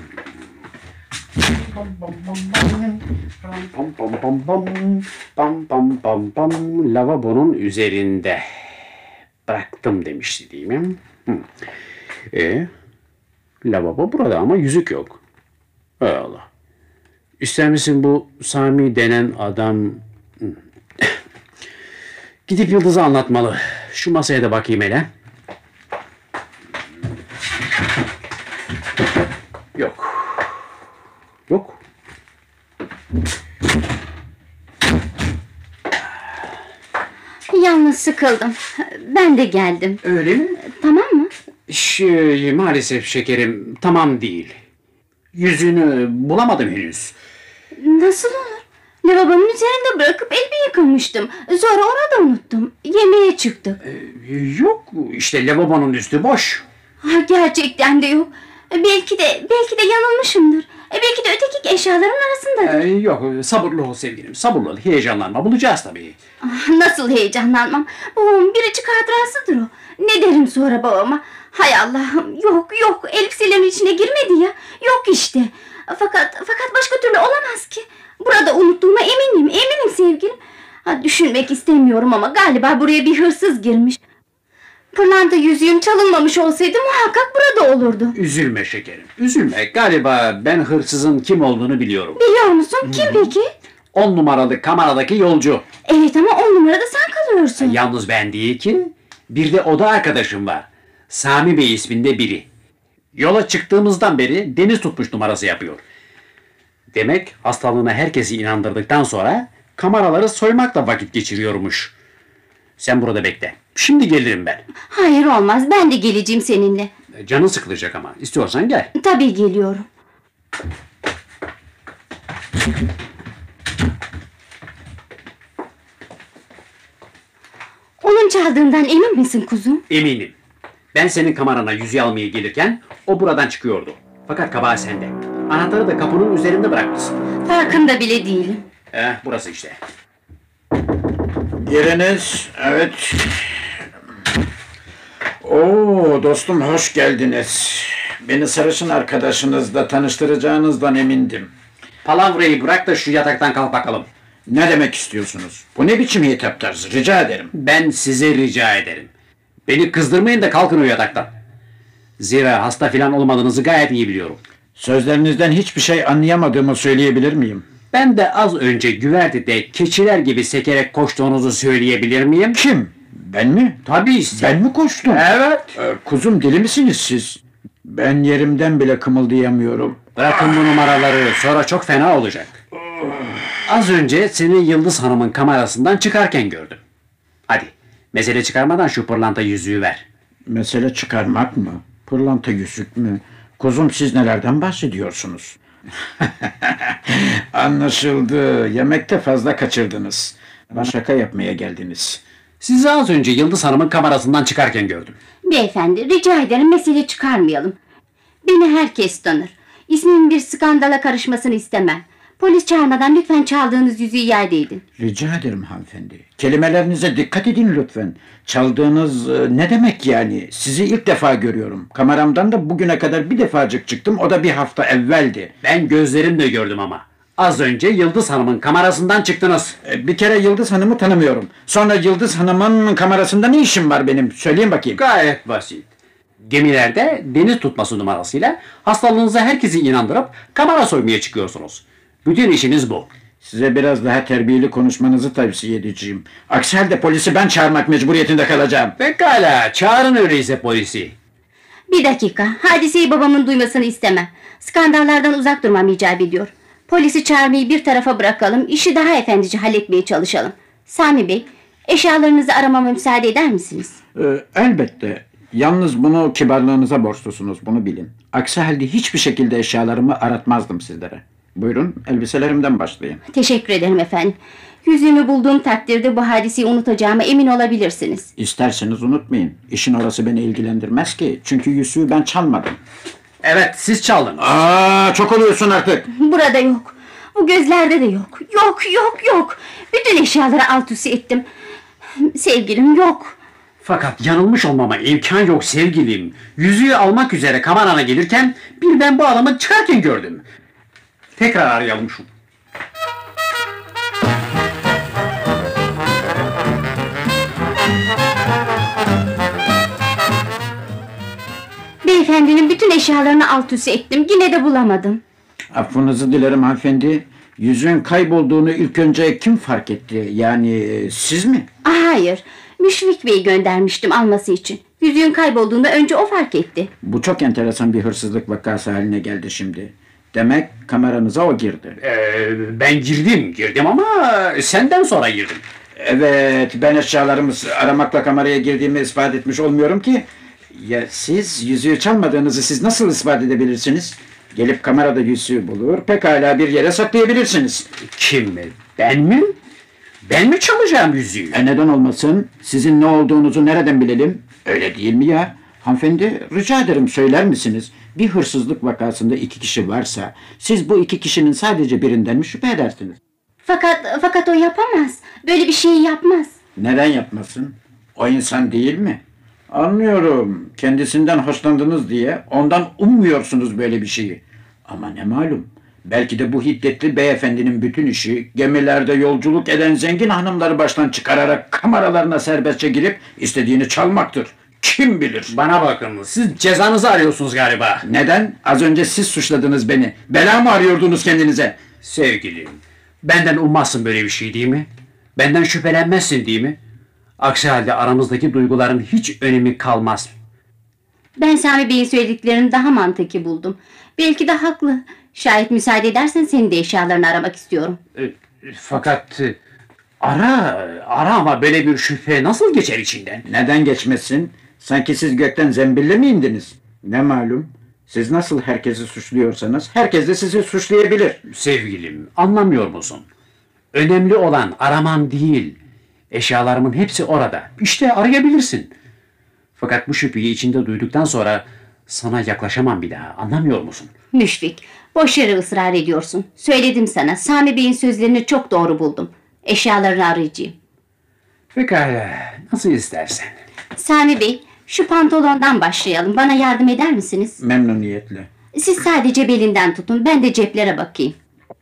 Lavabonun üzerinde. Bıraktım demişti değil mi? Lavabo burada ama yüzük yok. Hay Allah. İster misin bu Sami denen adam... Gidip Yıldız'a anlatmalı. Şu masaya da bakayım hele. Yok. Yalnız sıkıldım. Ben de geldim. Öyle mi? Tamam mı? Maalesef şekerim, tamam değil. Yüzünü bulamadım henüz. Nasıl olur? Lavabonun üzerinde bırakıp elimi yıkamıştım. Sonra orada unuttum. Yemeğe çıktık. Yok, işte lavabonun üstü boş. Gerçekten de yok. Belki de yanılmışımdır. Belki de öteki eşyaların arasındadır. Yok, sabırlı ol sevgilim, sabırlı ol. Heyecanlanma, bulacağız tabii. Nasıl heyecanlanmam? Babamın biricik hatırasıdır o. Ne derim sonra babama? Hay Allah'ım, yok, elbiselerin içine girmedi ya. Yok işte. Fakat başka türlü olamaz ki. Burada unuttuğuma eminim sevgilim. Düşünmek istemiyorum ama galiba buraya bir hırsız girmiş. Pırlanta yüzüğüm çalınmamış olsaydı muhakkak burada olurdu. Üzülme şekerim, üzülme. Galiba ben hırsızın kim olduğunu biliyorum. Biliyor musun? Kim peki? 10 numaralı kameradaki yolcu. Evet ama 10 numarada sen kalıyorsun. Yalnız ben değil ki, bir de oda arkadaşım var. Sami Bey isminde biri. Yola çıktığımızdan beri deniz tutmuş numarası yapıyor. Demek hastalığına herkesi inandırdıktan sonra kameraları soymakla vakit geçiriyormuş. Sen burada bekle. Şimdi gelirim ben. Hayır olmaz, ben de geleceğim seninle. Canın sıkılacak ama. İstiyorsan gel. Tabii geliyorum. Onun çaldığından emin misin kuzum? Eminim. Ben senin kamerana yüzüğü almaya gelirken o buradan çıkıyordu. Fakat kabahat sende. Anahtarı da kapının üzerinde bırakmışsın. Farkında bile değilim. Burası işte. Giriniz, evet. Oo, dostum hoş geldiniz. Beni sarışın arkadaşınızla tanıştıracağınızdan emindim. Palavrayı bırak da şu yataktan kalk bakalım. Ne demek istiyorsunuz? Bu ne biçim hitap tarzı? Rica ederim. Ben size rica ederim. Beni kızdırmayın da kalkın o yataktan. Zira hasta filan olmadığınızı gayet iyi biliyorum. Sözlerinizden hiçbir şey anlayamadığımı söyleyebilir miyim? Ben de az önce güvertede keçiler gibi sekerek koştuğunuzu söyleyebilir miyim? Kim? Ben mi? Tabii Ben mi koştum? Evet. Kuzum deli misiniz siz? Ben yerimden bile kımıldayamıyorum. Bırakın bu numaraları, sonra çok fena olacak. Az önce seni Yıldız Hanım'ın kamerasından çıkarken gördüm. Hadi, mesele çıkarmadan şu pırlanta yüzüğü ver. Mesele çıkarmak mı? Pırlanta yüzük mü? Kuzum siz nelerden bahsediyorsunuz? Anlaşıldı. Yemekte fazla kaçırdınız. Bana şaka yapmaya geldiniz. Sizi az önce Yıldız Hanım'ın kamerasından çıkarken gördüm. Beyefendi, rica ederim mesele çıkarmayalım. Beni herkes tanır. İsmimin bir skandala karışmasını istemem. Polis çağırmadan lütfen çaldığınız yüzüğü yerde edin. Rica ederim hanımefendi. Kelimelerinize dikkat edin lütfen. Çaldığınız ne demek yani? Sizi ilk defa görüyorum. Kameramdan da bugüne kadar bir defacık çıktım. O da bir hafta evveldi. Ben gözlerimle gördüm ama. Az önce Yıldız Hanım'ın kamerasından çıktınız. Bir kere Yıldız Hanım'ı tanımıyorum. Sonra Yıldız Hanım'ın kamerasında ne işim var benim? Söyleyin bakayım. Gayet basit. Gemilerde deniz tutması numarasıyla hastalığınıza herkesi inandırıp kamera soymaya çıkıyorsunuz. Bütün işiniz bu. Size biraz daha terbiyeli konuşmanızı tavsiye edeceğim. Aksi halde polisi ben çağırmak mecburiyetinde kalacağım. Pekala, çağırın öyleyse polisi. Bir dakika, hadiseyi babamın duymasını istemem. Skandallardan uzak durmam icap ediyor. Polisi çağırmayı bir tarafa bırakalım, işi daha efendice halletmeye çalışalım. Sami Bey, eşyalarınızı aramama müsaade eder misiniz? Elbette. Yalnız bunu kibarlığınıza borçlusunuz, bunu bilin. Aksi halde hiçbir şekilde eşyalarımı aratmazdım sizlere. Buyurun, elbiselerimden başlayın. Teşekkür ederim efendim. Yüzüğümü bulduğum takdirde bu hadiseyi unutacağıma emin olabilirsiniz. İsterseniz unutmayın. İşin orası beni ilgilendirmez ki. Çünkü yüzüğü ben çalmadım. Evet, siz çaldınız. Çok oluyorsun artık. Burada yok. Bu gözlerde de yok. Yok. Bütün eşyaları alt üst ettim. Sevgilim yok. Fakat yanılmış olmama imkan yok sevgilim. Yüzüğü almak üzere kamerana gelirken birden bu adamı çıkarken gördüm. Tekrar arayalım şunu. Beyefendinin bütün eşyalarını alt üst ettim. Yine de bulamadım. Affınızı dilerim hanımefendi. Yüzüğün kaybolduğunu ilk önce kim fark etti? Yani siz mi? Hayır. Müşfik Bey'i göndermiştim alması için. Yüzüğün kaybolduğunda önce o fark etti. Bu çok enteresan bir hırsızlık vakası haline geldi şimdi. Demek kameranıza o girdi. Ben girdim ama senden sonra girdim. Evet, ben eşyalarımı aramakla kameraya girdiğimi ispat etmiş olmuyorum ki. Ya siz yüzüğü çalmadığınızı siz nasıl ispat edebilirsiniz? Gelip kamerada yüzüğü bulur, pekala bir yere saklayabilirsiniz. Kim mi? Ben mi? Ben mi çalacağım yüzüğü? Neden olmasın? Sizin ne olduğunuzu nereden bilelim? Öyle değil mi ya? Hanımefendi, rica ederim söyler misiniz? Bir hırsızlık vakasında 2 kişi varsa, siz bu 2 kişinin sadece birinden mi şüphe edersiniz? Fakat o yapamaz. Böyle bir şeyi yapmaz. Neden yapmasın? O insan değil mi? Anlıyorum. Kendisinden hoşlandınız diye ondan ummuyorsunuz böyle bir şeyi. Ama ne malum? Belki de bu hiddetli beyefendinin bütün işi gemilerde yolculuk eden zengin hanımları baştan çıkararak kameralarına serbestçe girip istediğini çalmaktır. Kim bilir? Bana bakın, siz cezanızı arıyorsunuz galiba. Neden? Az önce siz suçladınız beni. Bela mı arıyordunuz kendinize? Sevgilim, benden ummazsın böyle bir şey değil mi? Benden şüphelenmezsin değil mi? Aksi halde aramızdaki duyguların hiç önemi kalmaz. Ben Sami Bey'in söylediklerini daha mantıklı buldum. Belki de haklı. Şayet müsaade edersen senin de eşyalarını aramak istiyorum. Fakat ara ama böyle bir şüphe nasıl geçer içinden? Neden geçmesin? Sanki siz gökten zembille mi indiniz? Ne malum? Siz nasıl herkesi suçluyorsanız herkes de sizi suçlayabilir. Sevgilim, anlamıyor musun? Önemli olan aramam değil. Eşyalarımın hepsi orada. İşte arayabilirsin. Fakat bu şüpheyi içinde duyduktan sonra sana yaklaşamam bir daha. Anlamıyor musun? Müşfik, boş yere ısrar ediyorsun. Söyledim sana, Sami Bey'in sözlerini çok doğru buldum. Eşyalarını arayacağım. Pekala, nasıl istersen. Sami Bey, şu pantolondan başlayalım. Bana yardım eder misiniz? Memnuniyetle. Siz sadece belinden tutun, ben de ceplere bakayım.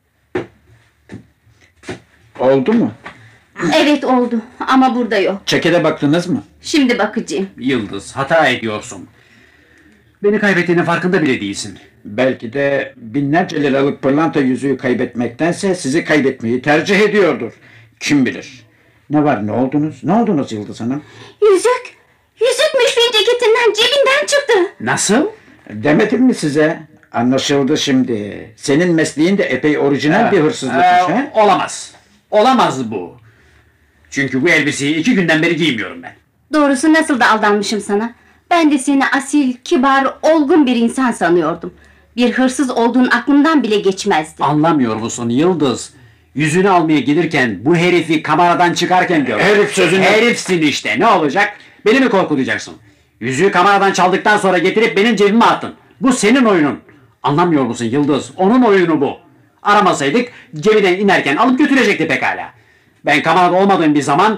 Oldu mu? Evet oldu ama burada yok. Çekede baktınız mı? Şimdi bakacağım. Yıldız, hata ediyorsun. Beni kaybettiğinin farkında bile değilsin. Belki de binlerce liralık pırlanta yüzüğü kaybetmektense sizi kaybetmeyi tercih ediyordur. Kim bilir? Ne var, ne oldunuz? Ne oldunuz Yıldız Hanım? Yüzük! Yüzük Müşfik'in ceketinden, cebinden çıktı. Nasıl? Demedim mi size? Anlaşıldı şimdi. Senin mesleğin de epey orijinal bir hırsızlıkmış. he? Olamaz. Olamaz bu. Çünkü bu elbiseyi 2 günden beri giymiyorum ben. Doğrusu nasıl da aldanmışım sana. Ben de seni asil, kibar, olgun bir insan sanıyordum. Bir hırsız olduğun aklımdan bile geçmezdi. Anlamıyor musun Yıldız? Yüzünü almaya gelirken bu herifi kameradan çıkarken gördüm. Herif sözünü... Herifsin işte, ne olacak? Beni mi korkutacaksın? Yüzüğü kameradan çaldıktan sonra getirip benim cebime attın. Bu senin oyunun. Anlamıyor musun Yıldız? Onun oyunu bu. Aramasaydık gemiden inerken alıp götürecekti pekala. Ben kamerada olmadığım bir zaman...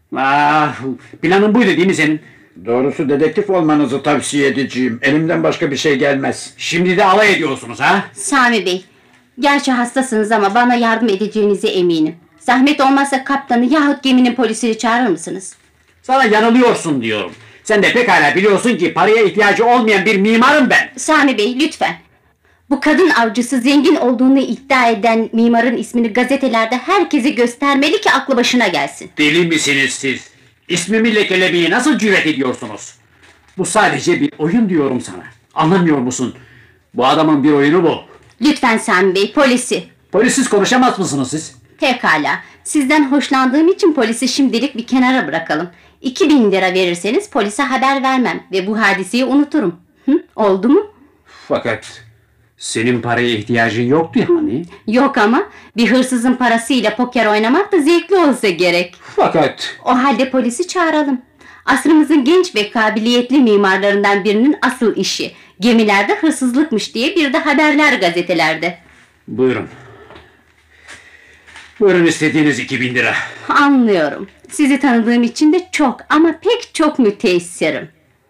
planın buydu değil mi senin? Doğrusu dedektif olmanızı tavsiye edeceğim. Elimden başka bir şey gelmez. Şimdi de alay ediyorsunuz ha? Sami Bey, gerçi hastasınız ama bana yardım edeceğinize eminim. Zahmet olmazsa kaptanı yahut geminin polisini çağırır mısınız? Sana yanılıyorsun diyorum. Sen de pekala biliyorsun ki paraya ihtiyacı olmayan bir mimarım ben. Sami Bey lütfen. Bu kadın avcısı zengin olduğunu iddia eden mimarın ismini gazetelerde herkese göstermeli ki aklı başına gelsin. Deli misiniz siz? İsmimi lekelemeyi nasıl cüret ediyorsunuz? Bu sadece bir oyun diyorum sana. Anlamıyor musun? Bu adamın bir oyunu bu. Lütfen Sami Bey, polisi. Polissiz konuşamaz mısınız siz? Pekala. Sizden hoşlandığım için polisi şimdilik bir kenara bırakalım. 2000 lira verirseniz polise haber vermem ve bu hadiseyi unuturum. Oldu mu? Fakat senin paraya ihtiyacın yoktu hani? Yok ama bir hırsızın parasıyla poker oynamak da zevkli olsa gerek. Fakat... O halde polisi çağıralım. Asrımızın genç ve kabiliyetli mimarlarından birinin asıl işi gemilerde hırsızlıkmış diye bir de haberler gazetelerde. Buyurun. Buyurun istediğiniz 2000 lira. Anlıyorum. Sizi tanıdığım için de çok ama pek çok müteessirim.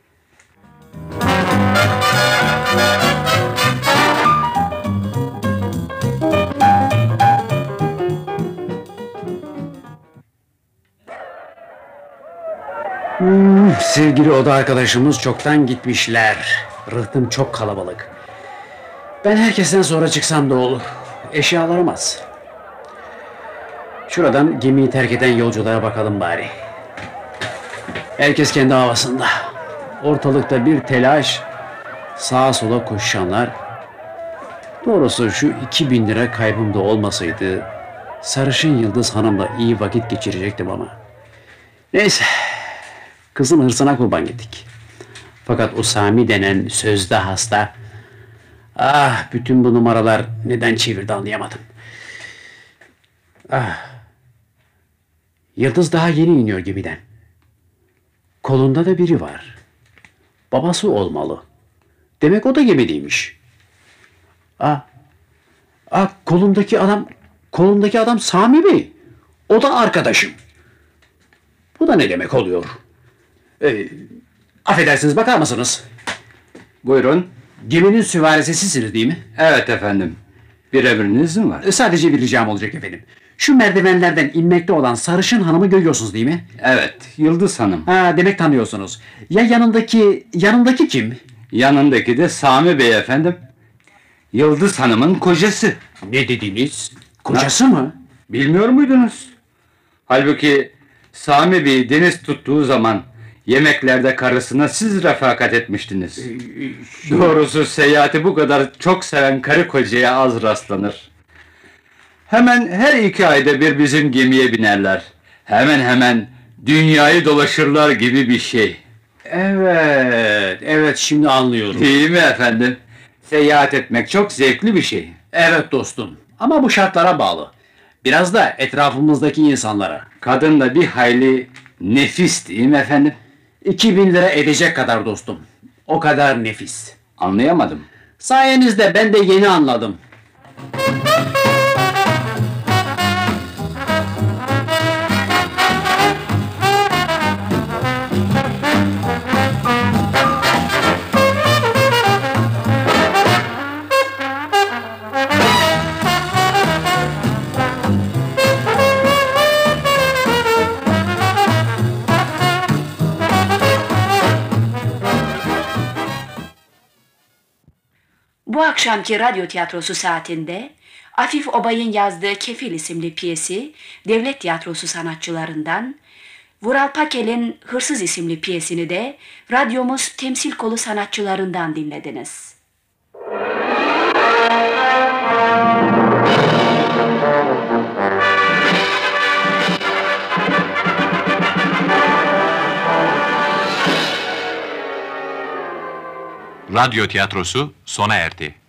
Sevgili oda arkadaşımız çoktan gitmişler. Rıhtım çok kalabalık. Ben herkesten sonra çıksam da olur. Eşyalarım az. Şuradan gemiyi terk eden yolculara bakalım bari. Herkes kendi havasında. Ortalıkta bir telaş, sağa sola koşanlar. Doğrusu şu 2000 lira kaybım da olmasaydı sarışın Yıldız Hanım'la iyi vakit geçirecektim ama. Neyse, kızın hırsına kurban gittik. Fakat o Sami denen sözde hasta Ah, bütün bu numaralar neden çevirdi anlayamadım. Ah. Yıldız daha yeni iniyor gemiden. Kolunda da biri var. Babası olmalı. Demek o da gemideymiş. Kolundaki adam Sami Bey. O da arkadaşım. Bu da ne demek oluyor? Affedersiniz, bakar mısınız? Buyurun. Geminin süvarisi sizsiniz değil mi? Evet efendim. Bir emriniz mi var? Sadece bir ricam olacak efendim. Şu merdivenlerden inmekte olan sarışın hanımı görüyorsunuz değil mi? Evet, Yıldız Hanım. Demek tanıyorsunuz. Ya yanındaki kim? Yanındaki de Sami Bey efendim. Yıldız Hanım'ın kocası. Ne dediniz? Kocası mı? Bilmiyor muydunuz? Halbuki Sami Bey deniz tuttuğu zaman yemeklerde karısına siz refakat etmiştiniz. Doğrusu seyahati bu kadar çok seven karı kocaya az rastlanır. Hemen her 2 ayda bir bizim gemiye binerler. Hemen dünyayı dolaşırlar gibi bir şey. Evet, şimdi anlıyorum. Değil mi efendim? Seyahat etmek çok zevkli bir şey. Evet dostum, ama bu şartlara bağlı. Biraz da etrafımızdaki insanlara. Kadın da bir hayli nefis değil mi efendim? 2000 lira edecek kadar dostum. O kadar nefis. Anlayamadım. Sayenizde ben de yeni anladım. Bu akşamki radyo tiyatrosu saatinde Afif Obay'ın yazdığı Kefil isimli piyesi Devlet Tiyatrosu sanatçılarından, Vural Pakel'in Hırsız isimli piyesini de radyomuz temsil kolu sanatçılarından dinlediniz. Radyo tiyatrosu sona erdi.